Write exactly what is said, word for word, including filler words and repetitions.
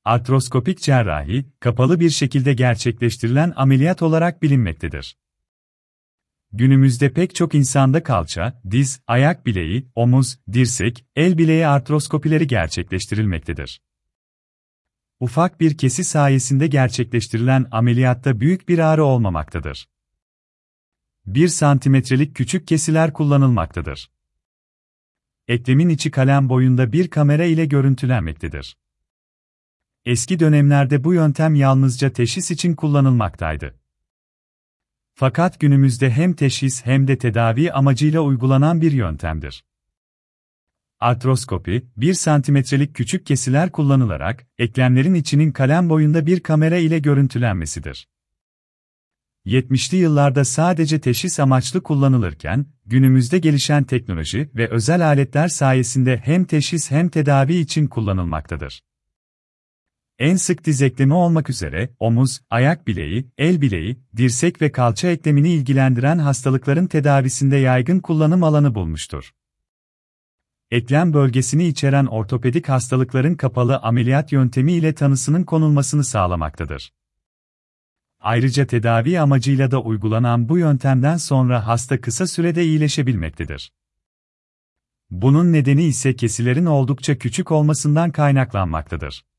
Artroskopik cerrahi, kapalı bir şekilde gerçekleştirilen ameliyat olarak bilinmektedir. Günümüzde pek çok insanda kalça, diz, ayak bileği, omuz, dirsek, el bileği artroskopileri gerçekleştirilmektedir. Ufak bir kesi sayesinde gerçekleştirilen ameliyatta büyük bir ağrı olmamaktadır. bir santimetrelik küçük kesiler kullanılmaktadır. Eklemin içi kalem boyunda bir kamera ile görüntülenmektedir. Eski dönemlerde bu yöntem yalnızca teşhis için kullanılmaktaydı. Fakat günümüzde hem teşhis hem de tedavi amacıyla uygulanan bir yöntemdir. Artroskopi, bir santimetrelik küçük kesiler kullanılarak, eklemlerin içinin kalem boyunda bir kamera ile görüntülenmesidir. yetmişli yıllarda sadece teşhis amaçlı kullanılırken, günümüzde gelişen teknoloji ve özel aletler sayesinde hem teşhis hem tedavi için kullanılmaktadır. En sık diz eklemi olmak üzere, omuz, ayak bileği, el bileği, dirsek ve kalça eklemini ilgilendiren hastalıkların tedavisinde yaygın kullanım alanı bulmuştur. Eklem bölgesini içeren ortopedik hastalıkların kapalı ameliyat yöntemi ile tanısının konulmasını sağlamaktadır. Ayrıca tedavi amacıyla da uygulanan bu yöntemden sonra hasta kısa sürede iyileşebilmektedir. Bunun nedeni ise kesilerin oldukça küçük olmasından kaynaklanmaktadır.